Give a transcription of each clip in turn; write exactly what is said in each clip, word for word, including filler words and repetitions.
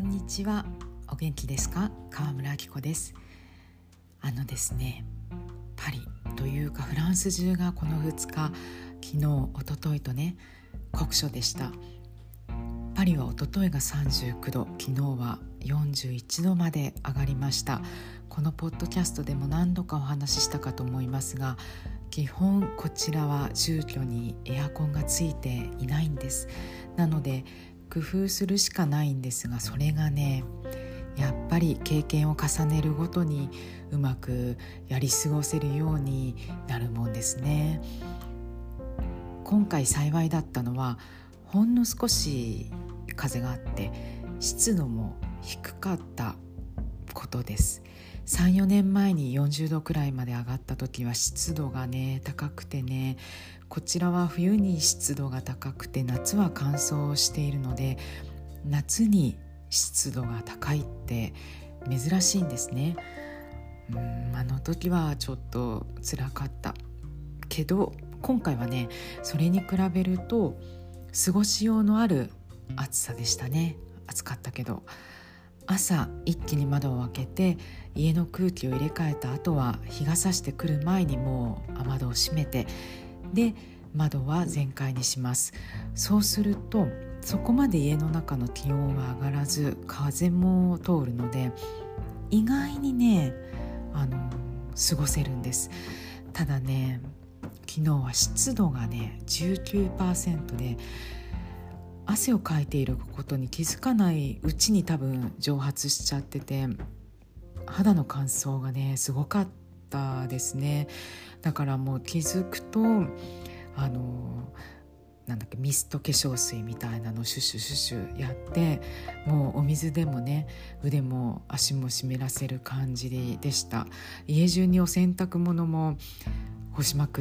んにちは。お元気ですか？川村明子です。あのですねパリというかフランス中がこのふつか、昨日一昨日とね酷暑でした。パリは一昨日がさんじゅうきゅうど、昨日はよんじゅういちどまで上がりました。このポッドキャストでも何度かお話ししたかと思いますが、基本こちらは住居にエアコンがついていないんです。なので工夫するしかないんですが、それがねやっぱり経験を重ねるごとにうまくやり過ごせるようになるもんですね。今回幸いだったのはほんの少し風があって湿度も低かったことです。 さん,よ 年前によんじゅうどくらいまで上がった時は湿度がね高くてね、こちらは冬に湿度が高くて夏は乾燥しているので、夏に湿度が高いって珍しいんですね。うーんあの時はちょっと辛かったけど、今回はねそれに比べると過ごしようのある暑さでしたね。暑かったけど、朝一気に窓を開けて家の空気を入れ替えた後は日が差してくる前にもう雨戸を閉めて、で窓は全開にします。そうするとそこまで家の中の気温は上がらず風も通るので意外にねあの過ごせるんです。ただね昨日は湿度がね じゅうきゅうパーセント で、汗をかいていることに気づかないうちに多分蒸発しちゃってて、肌の乾燥がねすごかったですね。だからもう気づくとあのなんだっけミスト化粧水みたいなのシュシュシュシュやって、もうお水でもね腕も足も湿らせる感じでした。家中にお洗濯物も干しまくって、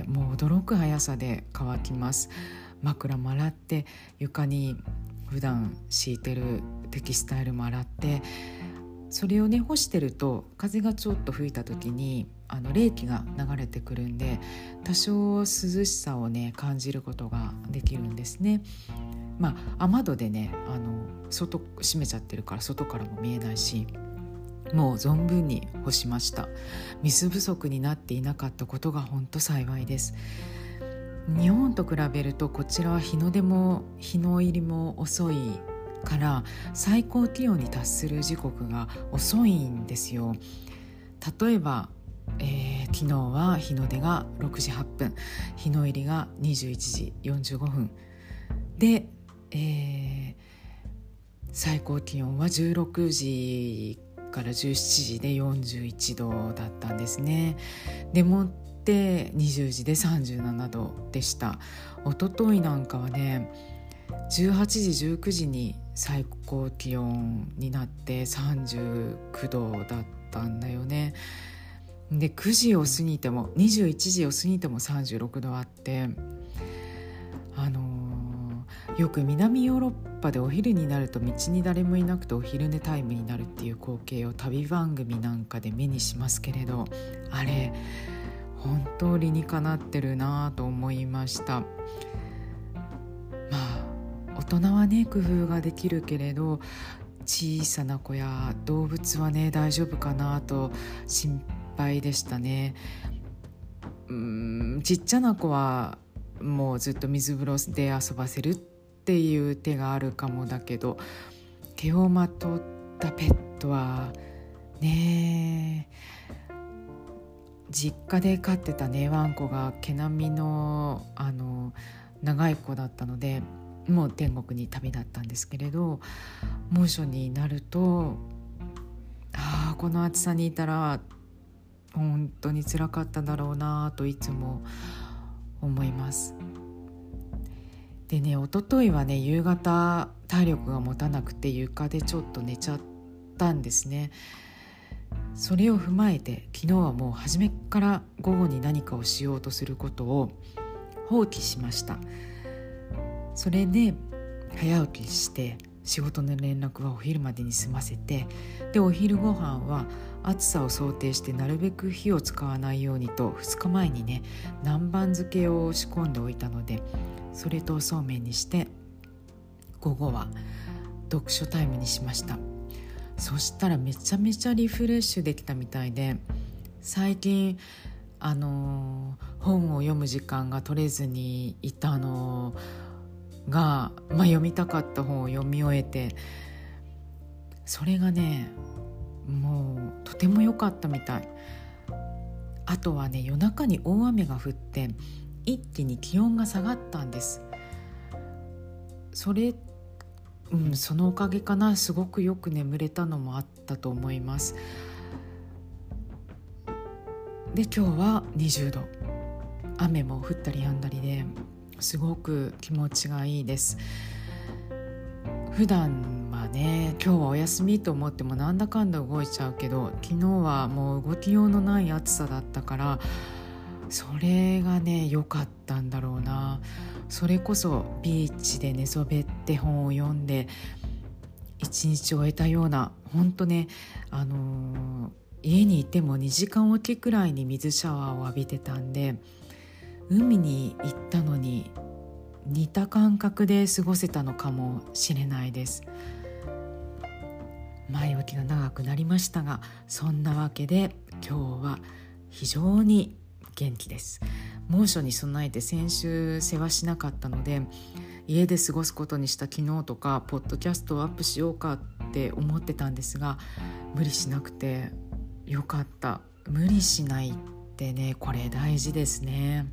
もう驚く速さで乾きます。枕も洗って、床に普段敷いてるテキスタイルも洗って、それをね干してると風がちょっと吹いた時にあの冷気が流れてくるんで、多少涼しさをね感じることができるんですね。まあ雨戸でねあの外閉めちゃってるから外からも見えないし、もう存分に干しました。水不足になっていなかったことが本当幸いです。日本と比べるとこちらは日の出も日の入りも遅いから最高気温に達する時刻が遅いんですよ。例えば、えー、昨日は日の出がろくじはっぷん、日の入りがにじゅういちじよんじゅうごふんで、えー、最高気温はじゅうろくじからじゅうしちじでよんじゅういちどだったんですね。でもってにじゅうじでさんじゅうななどでした。一昨日なんかはねじゅうはちじじゅうくじに最高気温になってさんじゅうきゅうどだったんだよね。でくじを過ぎてもにじゅういちじを過ぎてもさんじゅうろくどあって、あのー、よく南ヨーロッパでお昼になると道に誰もいなくてお昼寝タイムになるっていう光景を旅番組なんかで目にしますけれど、あれ本当理にかなってるなと思いました。まあ大人はね工夫ができるけれど、小さな子や動物はね大丈夫かなと心配でしたね。うーんちっちゃな子はもうずっと水風呂で遊ばせるっていう手があるかもだけど、毛をまとったペットはね実家で飼ってたねワンコが毛並みのあの長い子だったので、もう天国に旅立ったんですけれど、猛暑になるとああこの暑さにいたら本当に辛かっただろうなといつも思います。でね一昨日はね夕方体力が持たなくて床でちょっと寝ちゃったんですね。それを踏まえて昨日はもう初めから午後に何かをしようとすることを放棄しました。それで早起きして仕事の連絡はお昼までに済ませて、でお昼ご飯は暑さを想定してなるべく火を使わないようにとふつかまえにね南蛮漬けを仕込んでおいたので、それとそうめんにして午後は読書タイムにしました。そしたらめちゃめちゃリフレッシュできたみたいで、最近あの本を読む時間が取れずにいたのが、まあ、読みたかった本を読み終えて、それがねもうとても良かったみたい。あとはね、夜中に大雨が降って一気に気温が下がったんです。それ、うん、そのおかげかな、すごくよく眠れたのもあったと思います。で今日はにじゅうど、雨も降ったり止んだりですごく気持ちがいいです。普段はね、今日はお休みと思ってもなんだかんだ動いちゃうけど、昨日はもう動きようのない暑さだったから、それがね良かったんだろうな。それこそビーチで寝そべって本を読んで一日終えたような、本当ね、あのー、家にいてもにじかんおきくらいに水シャワーを浴びてたんで、海に行ったのに似た感覚で過ごせたのかもしれないです。前置きが長くなりましたが、そんなわけで今日は非常に元気です。猛暑に備えて先週世話しなかったので、家で過ごすことにした昨日とかポッドキャストをアップしようかって思ってたんですが、無理しなくてよかった。無理しないってね、これ大事ですね。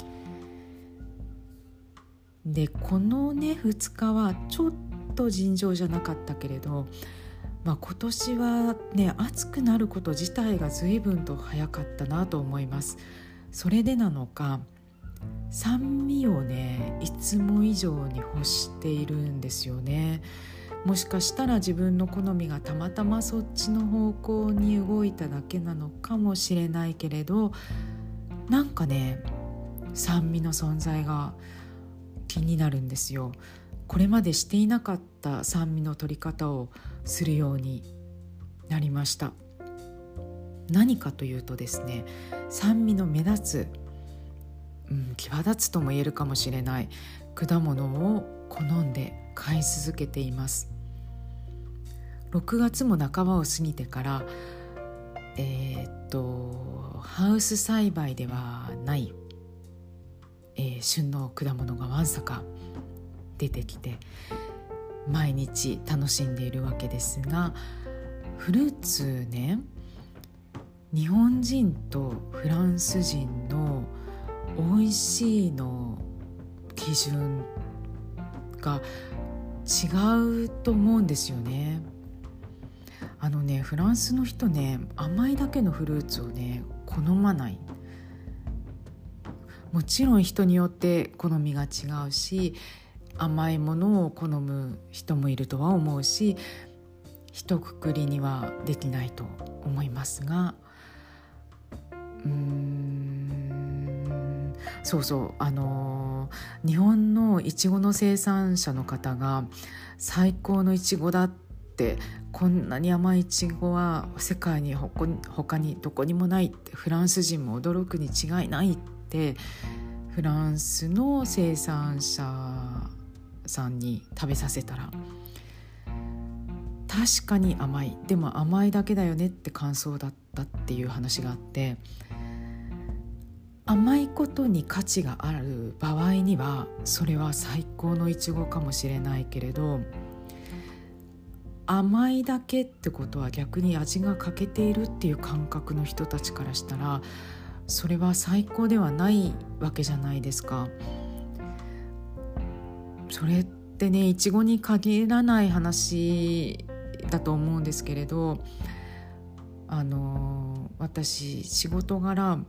でこのねふつかはちょっと尋常じゃなかったけれど、まあ、今年はね暑くなること自体が随分と早かったなと思います。それでなのか酸味をねいつも以上に欲しているんですよね。もしかしたら自分の好みがたまたまそっちの方向に動いただけなのかもしれないけれど、なんかね酸味の存在が気になるんですよ。これまでしていなかった酸味の取り方をするようになりました。何かというとですね、酸味の目立つ、うん、際立つとも言えるかもしれない果物を好んで買い続けています。ろくがつも半ばを過ぎてから、えー、っとハウス栽培ではない、えー、旬の果物がわんさか出てきて毎日楽しんでいるわけですが、フルーツね、日本人とフランス人の美味しいの基準が違うと思うんですよね。あのね、フランスの人ね、甘いだけのフルーツをね好まない。もちろん人によって好みが違うし、甘いものを好む人もいるとは思うし、一括りにはできないと思いますが、うーんそうそうあのー、日本のいちごの生産者の方が最高のいちごだって、こんなに甘いいちごは世界にほこ他にどこにもないって、フランス人も驚くに違いないってフランスの生産者さんに食べさせたら、確かに甘い、でも甘いだけだよねって感想だったっていう話があって、甘いことに価値がある場合にはそれは最高のイチゴかもしれないけれど、甘いだけってことは逆に味が欠けているっていう感覚の人たちからしたら、それは最高ではないわけじゃないですか。それってね、イチゴに限らない話だと思うんですけれど、あの私仕事柄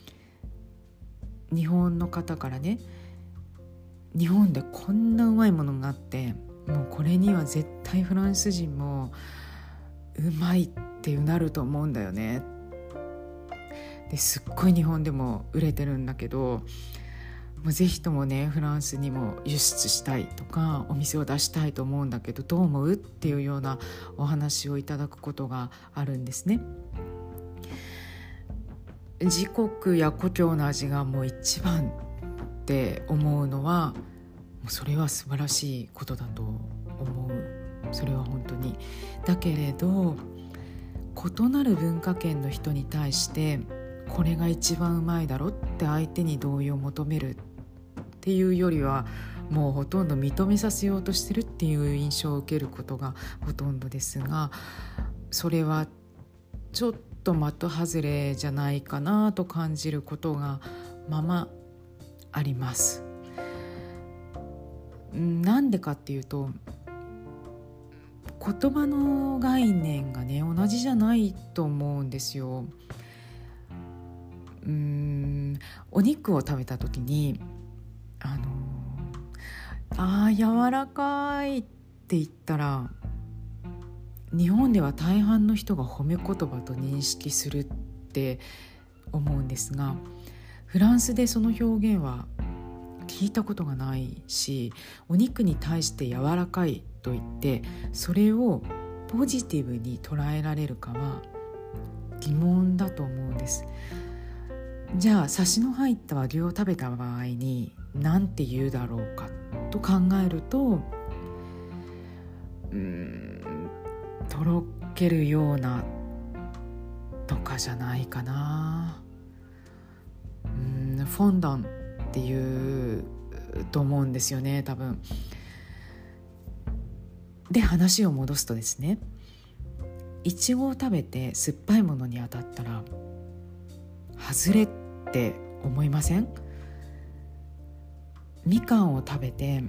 日本の方からね、日本でこんなうまいものがあって、もうこれには絶対フランス人もうまいってうなると思うんだよね。ですっごい日本でも売れてるんだけど、もうぜひともねフランスにも輸出したいとかお店を出したいと思うんだけどどう思うっていうようなお話をいただくことがあるんですね。自国や故郷の味がもう一番って思うのは、もうそれは素晴らしいことだと思う。 それは本当に。だけれど異なる文化圏の人に対してこれが一番うまいだろって相手に同意を求めるっていうよりは、もうほとんど認めさせようとしてるっていう印象を受けることがほとんどですが、それはちょっと的外れじゃないかなと感じることがままあります。なんでかっていうと、言葉の概念がね同じじゃないと思うんですよ。うーんお肉を食べた時にあのあー柔らかいって言ったら、日本では大半の人が褒め言葉と認識するって思うんですが、フランスでその表現は聞いたことがないし、お肉に対して柔らかいと言ってそれをポジティブに捉えられるかは疑問だと思うんです。じゃあサシの入った和牛を食べた場合に何て言うだろうかと考えると、うーんとろけるようなとかじゃないかな。うーんフォンダンっていうと思うんですよね、多分。で話を戻すとですね、いちごを食べて酸っぱいものに当たったら外れって思いません？みかんを食べて、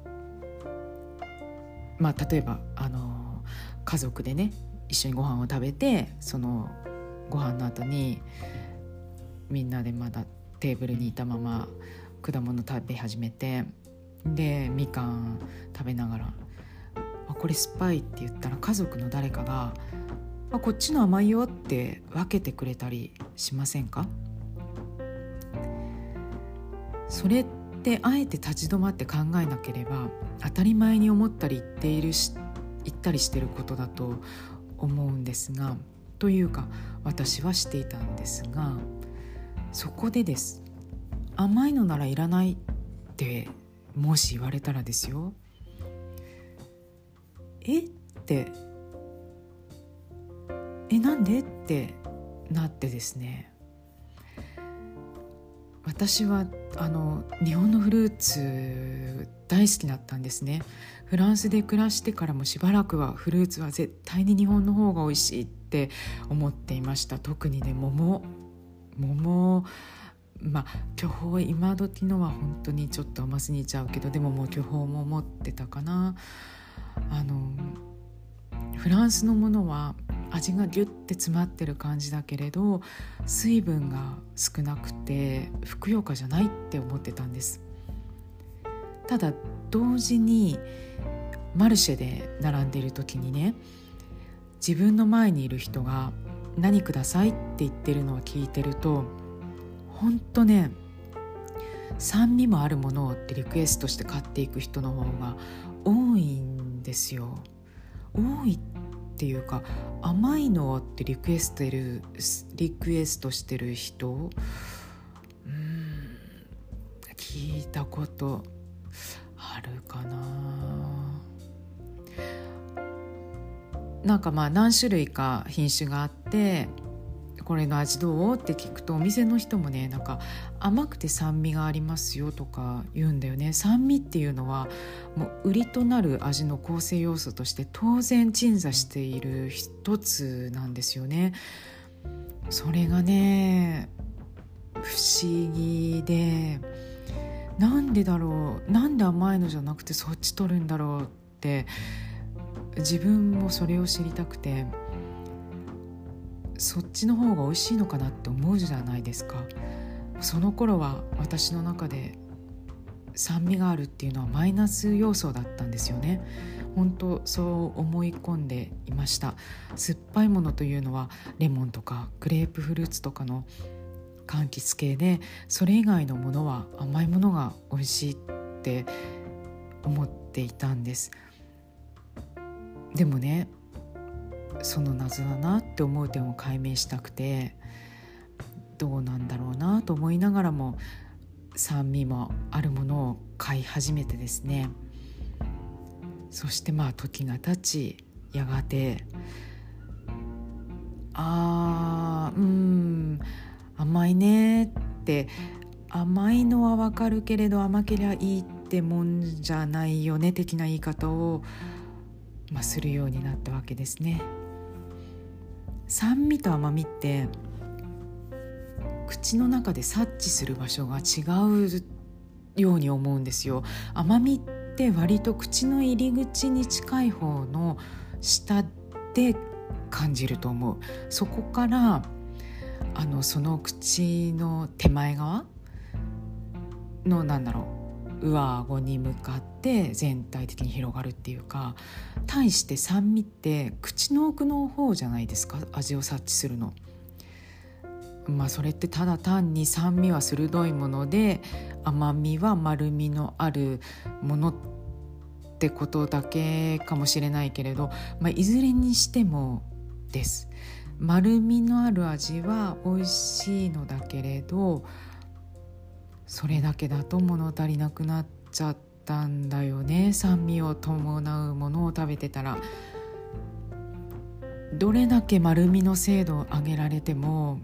まあ例えばあの家族でね一緒にご飯を食べて、そのご飯の後にみんなでまだテーブルにいたまま果物食べ始めて、でみかん食べながらあこれ酸っぱいって言ったら、家族の誰かがあこっちの甘いよって分けてくれたりしませんか？それってあえて立ち止まって考えなければ当たり前に思ったり言っているし言ったりしていることだと思うんですが、というか私はしていたんですが、そこでです。甘いのならいらないってもし言われたらですよ、えってえなんでってなってですね、私はあの日本のフルーツ大好きだったんですね。フランスで暮らしてからもしばらくはフルーツは絶対に日本の方が美味しいって思っていました。特にね桃桃まあ巨峰今時のは本当にちょっと甘すぎちゃうけど、でももう巨峰も持ってたかな。あのフランスのものは味がギュッて詰まってる感じだけれど水分が少なくてふくよかじゃないって思ってたんです。ただ同時にマルシェで並んでいる時にね、自分の前にいる人が何くださいって言ってるのを聞いてると、ほんとね酸味もあるものをってリクエストして買っていく人の方が多いんですよ。多いっていうか、甘いのってリクエストるリクエストしてる人、うーん聞いたことあるかな。なんかまあ何種類か品種があって、これの味どうって聞くと、お店の人もねなんか甘くて酸味がありますよとか言うんだよね。酸味っていうのはもう売りとなる味の構成要素として当然鎮座している一つなんですよね。それがね不思議で、なんでだろう、なんで甘いのじゃなくてそっち取るんだろうって、自分もそれを知りたくて、そっちの方が美味しいのかなって思うじゃないですか。その頃は私の中で酸味があるっていうのはマイナス要素だったんですよね。本当そう思い込んでいました。酸っぱいものというのはレモンとかグレープフルーツとかの柑橘系で、それ以外のものは甘いものが美味しいって思っていたんです。でもね、その謎だなって思う点を解明したくて、どうなんだろうなと思いながらも酸味もあるものを買い始めてですね、 そしてまあ時が経ち、やがてあーうーん甘いねって、甘いのはわかるけれど甘けりゃいいってもんじゃないよね的な言い方を、まあ、するようになったわけですね。酸味と甘みって口の中で察知する場所が違うように思うんですよ。甘みって割と口の入り口に近い方の下で感じると思う。そこからあのその口の手前側のなんだろう上顎に向かって全体的に広がるっていうか、対して酸味って口の奥の方じゃないですか、味を察知するの。まあそれってただ単に酸味は鋭いもので甘みは丸みのあるものってことだけかもしれないけれど、まあ、いずれにしてもです。丸みのある味は美味しいのだけれど、それだけだと物足りなくなっちゃったんだよね。酸味を伴うものを食べてたら、どれだけ丸みの精度を上げられても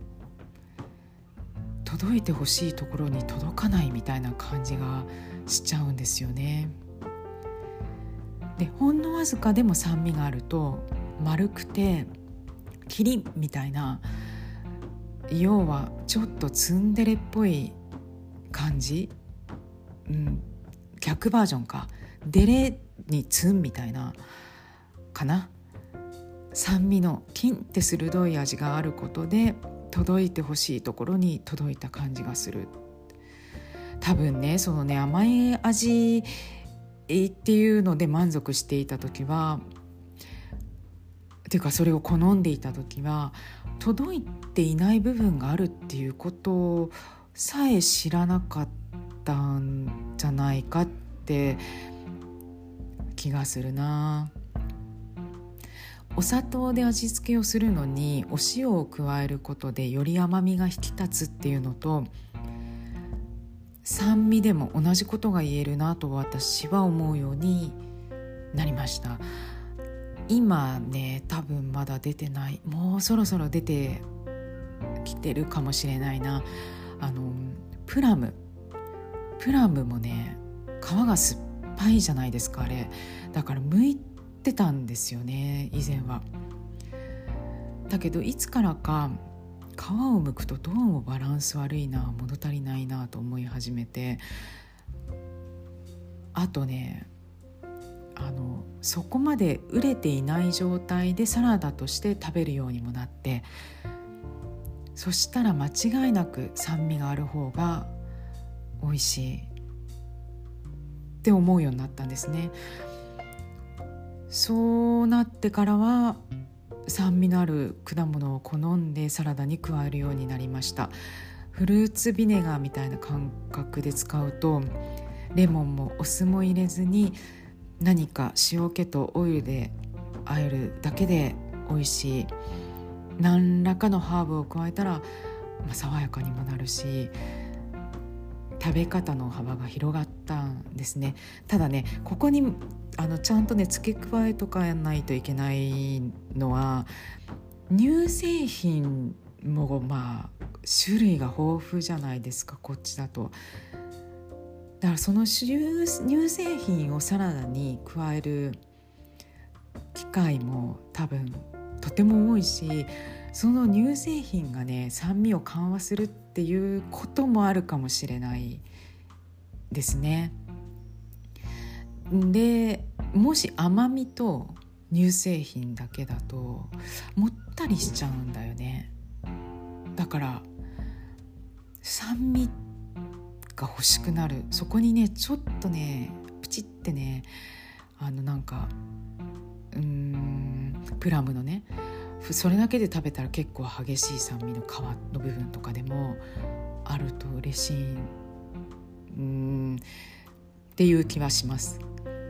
届いてほしいところに届かないみたいな感じがしちゃうんですよね。でほんのわずかでも酸味があると丸くてキリみたいな、要はちょっとツンデレっぽい感じ、うん、逆バージョンか、デレにツンみたいなかな。酸味のキンって鋭い味があることで届いてほしいところに届いた感じがする。多分ねそのね甘い味っていうので満足していた時は、っていうかそれを好んでいた時は届いていない部分があるっていうことさえ知らなかったんじゃないかって気がするな。お砂糖で味付けをするのにお塩を加えることでより甘みが引き立つっていうのと、酸味でも同じことが言えるなと私は思うようになりました。今ね多分まだ出てない、もうそろそろ出てきてるかもしれないな。あのプラムプラムもね皮が酸っぱいじゃないですかあれ。だから剥いてたんですよね以前は。だけどいつからか皮を剥くとどうもバランス悪いな、物足りないなと思い始めて、あとねあのそこまで熟れていない状態でサラダとして食べるようにもなって、そしたら間違いなく酸味がある方が美味しいって思うようになったんですね。そうなってからは酸味のある果物を好んでサラダに加えるようになりました。フルーツビネガーみたいな感覚で使うとレモンもお酢も入れずに何か塩気とオイルで和えるだけで美味しい、何らかのハーブを加えたら、まあ、爽やかにもなるし食べ方の幅が広がったんですね。ただねここにあのちゃんとね付け加えとかないといけないのは、乳製品もまあ種類が豊富じゃないですかこっちだと。だからその乳製品をサラダに加える機会も多分とても多いし、その乳製品がね酸味を緩和するっていうこともあるかもしれないですね。でもし甘みと乳製品だけだともったりしちゃうんだよね。だから酸味が欲しくなる、そこにねちょっとねプチってねあのなんかうーんプラムのねそれだけで食べたら結構激しい酸味の皮の部分とかでもあると嬉しい、うーんっていう気はします。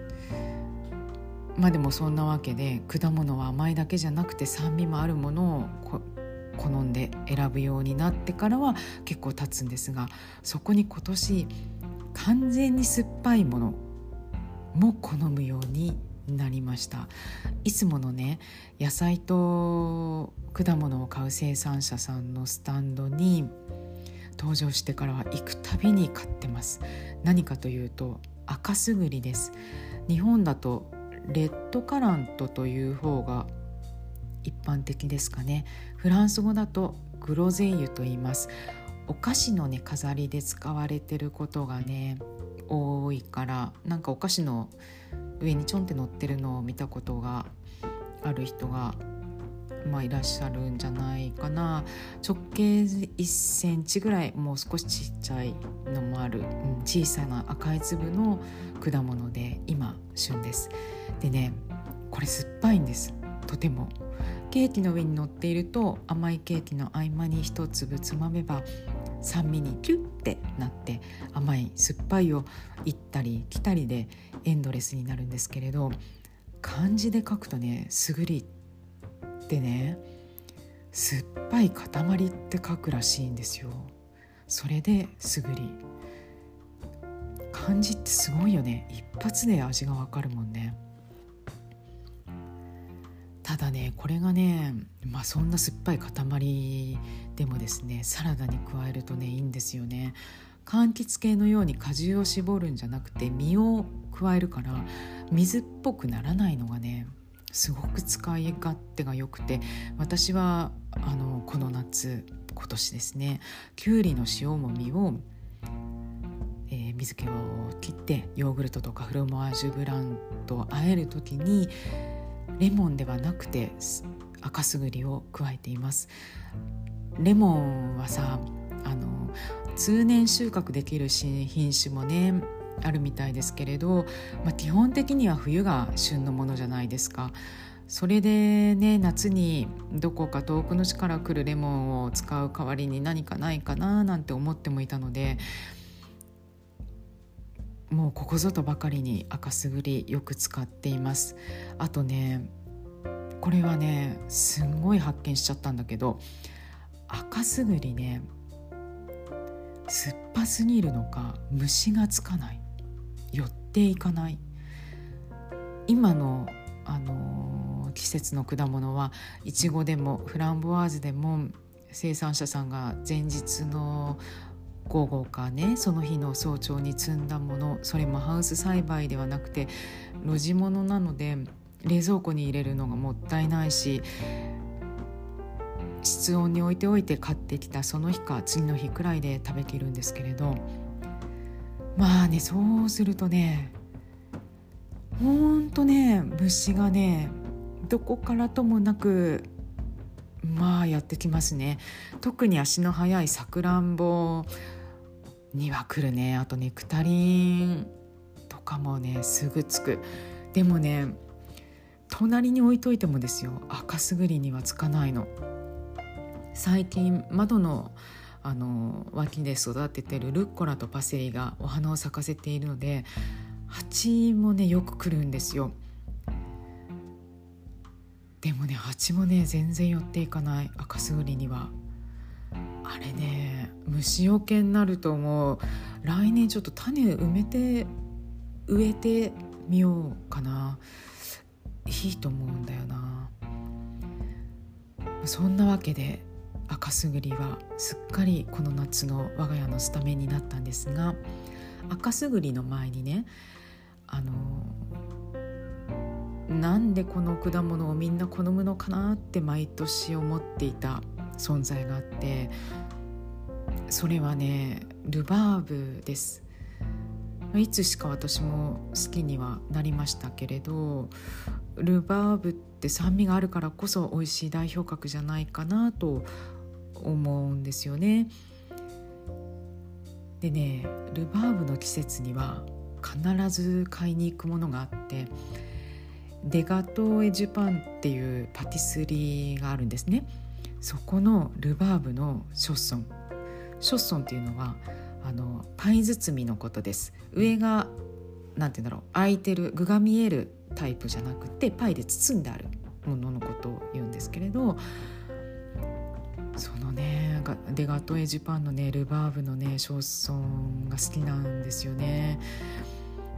まあでもそんなわけで果物は甘いだけじゃなくて酸味もあるものを好んで選ぶようになってからは結構経つんですが、そこに今年完全に酸っぱいものも好むようになりました。いつものね野菜と果物を買う生産者さんのスタンドに登場してからは行くたびに買ってます。何かというと赤すぐりです。日本だとレッドカラントという方が一般的ですかね。フランス語だとグロゼイユと言います。お菓子のね飾りで使われてることがね多いから、なんかお菓子の上にちょんって乗ってるのを見たことがある人が、まあ、いらっしゃるんじゃないかな。直径いっセンチぐらい、もう少しちっちゃいのもある、うん、小さな赤い粒の果物で今旬です。でね、これ酸っぱいんです。とてもケーキの上に乗っていると、甘いケーキの合間に一粒つまめば酸味にキュッてなって、甘い酸っぱいを行ったり来たりでエンドレスになるんですけれど、漢字で書くとね、すぐりってね、酸っぱい塊って書くらしいんですよ。それですぐり。漢字ってすごいよね。一発で味がわかるもんね。ただね、これがね、まあそんな酸っぱい塊でもですね、サラダに加えるとねいいんですよね。柑橘系のように果汁を絞るんじゃなくて実を加えるから、水っぽくならないのがねすごく使い勝手が良くて、私はあのこの夏今年ですね、きゅうりの塩もみを、えー、水気を切ってヨーグルトとかフロマージュブランと和えるときにレモンではなくて赤すぐりを加えています。レモンはさ、あの通年収穫できる品種もねあるみたいですけれど、まあ、基本的には冬が旬のものじゃないですか。それでね、夏にどこか遠くの地から来るレモンを使う代わりに何かないかななんて思ってもいたので、もうここぞとばかりに赤すぐりよく使っています。あとね、これはねすんごい発見しちゃったんだけど、赤すぐりね、酸っぱすぎるのか虫がつかない、寄っていかない。今の、あのー、季節の果物はいちごでもフランボワーズでも生産者さんが前日の午後かね、その日の早朝に摘んだもの、それもハウス栽培ではなくて露地物なので冷蔵庫に入れるのがもったいないし、室温に置いておいて買ってきたその日か次の日くらいで食べきるんですけれど、まあね、そうするとね、ほんとね虫がねどこからともなくまあやってきますね。特に足の速いさくらんぼには来るね。あとネクタリンとかもねすぐつく。でもね、隣に置いといてもですよ、赤すぐりにはつかないの。最近窓のあの脇で育ててるルッコラとパセリがお花を咲かせているので、蜂もねよく来るんですよ。でもね、蜂もね全然寄っていかない、赤すぐりには。あれね、虫よけになると思う。来年ちょっと種埋めて植えてみようかな。いいと思うんだよな。そんなわけで赤すぐりはすっかりこの夏の我が家のスタメンになったんですが、赤すぐりの前にね、あのなんでこの果物をみんな好むのかなって毎年思っていた存在があって、それはねルバーブです。いつしか私も好きにはなりましたけれど、ルバーブって酸味があるからこそ美味しい代表格じゃないかなと思うんですよね。でね、ルバーブの季節には必ず買いに行くものがあって、デガトーエジュパンっていうパティスリーがあるんですね。そこのルバーブのショッソンショッソンっていうのはあのパイ包みのことです。上がなんていうんだろう、開いてる具が見えるタイプじゃなくてパイで包んであるもののことを言うんですけれど、そのねデガトーエジュパンのねルバーブのねショッソンが好きなんですよね。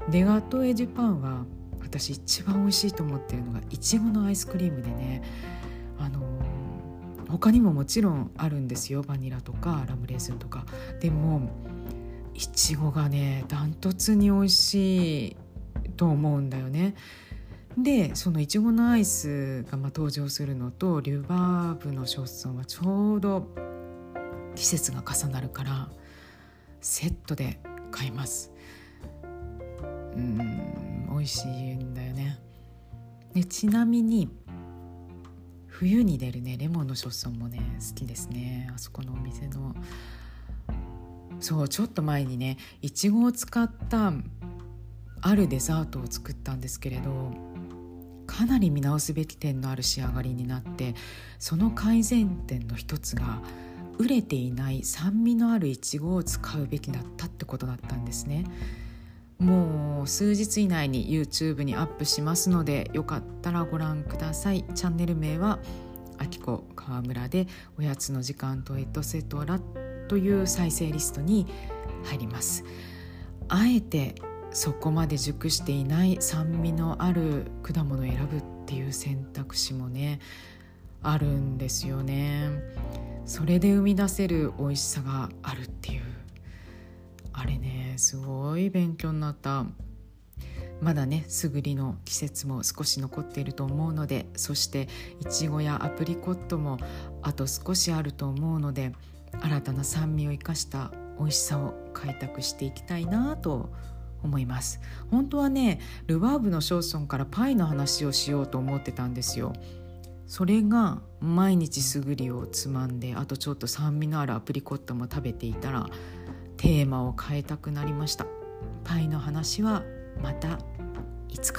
デガトーエジュパンは私一番美味しいと思っているのがいちごのアイスクリームでね、あのー、他にももちろんあるんですよ。バニラとかラムレーズンとか。でもいちごがねダントツに美味しいと思うんだよね。でそのいちごのアイスがまあ登場するのとリュバーブのショッソンはちょうど季節が重なるからセットで買います。うーん美味しいんだよね。でちなみに冬に出るねレモンのショッソンもね好きですね。あそこのお店のそうちょっと前にねいちごを使ったあるデザートを作ったんですけれど、かなり見直すべき点のある仕上がりになって、その改善点の一つが熟れていない酸味のあるいちごを使うべきだったってことだったんですね。もう数日以内に YouTube にアップしますので、よかったらご覧ください。チャンネル名はあきこ川村でおやつの時間とエトセトラという再生リストに入ります。あえてそこまで熟していない酸味のある果物を選ぶっていう選択肢もねあるんですよね。それで生み出せる美味しさがあるっていう、あれねすごい勉強になった。まだねすぐりの季節も少し残っていると思うので、そしていちごやアプリコットもあと少しあると思うので、新たな酸味を生かした美味しさを開拓していきたいなと思います。本当はねルバーブのショーソンからパイの話をしようと思ってたんですよ。それが毎日すぐりをつまんで、あとちょっと酸味のあるアプリコットも食べていたらテーマを変えたくなりました。パイの話はまたいつか。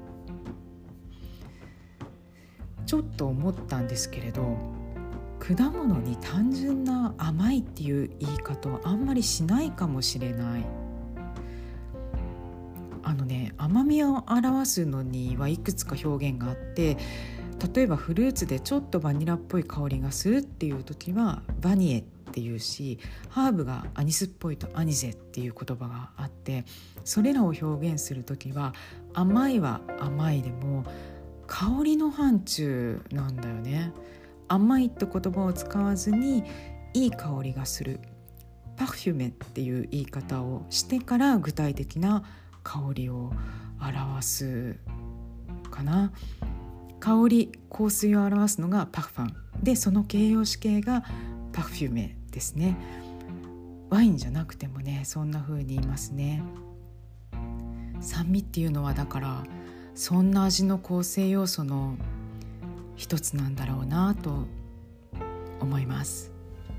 ちょっと思ったんですけれど、果物に単純な甘いっていう言い方はあんまりしないかもしれない。あのね甘みを表すのにはいくつか表現があって、例えばフルーツでちょっとバニラっぽい香りがするっていう時はバニエっていうし、ハーブがアニスっぽいとアニゼっていう言葉があって、それらを表現する時は甘いは甘いでも香りの範疇なんだよね。甘いって言葉を使わずにいい香りがするパフュメっていう言い方をしてから具体的な香りを表すかな。香り香水を表すのがパファンで、その形容詞形がパフュメですね。ワインじゃなくてもねそんな風に言いますね。酸味っていうのはだからそんな味の構成要素の一つなんだろうなと思います。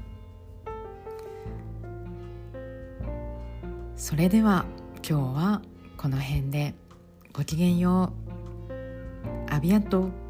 それでは今日はこの辺で。ごきげんよう。アビアント。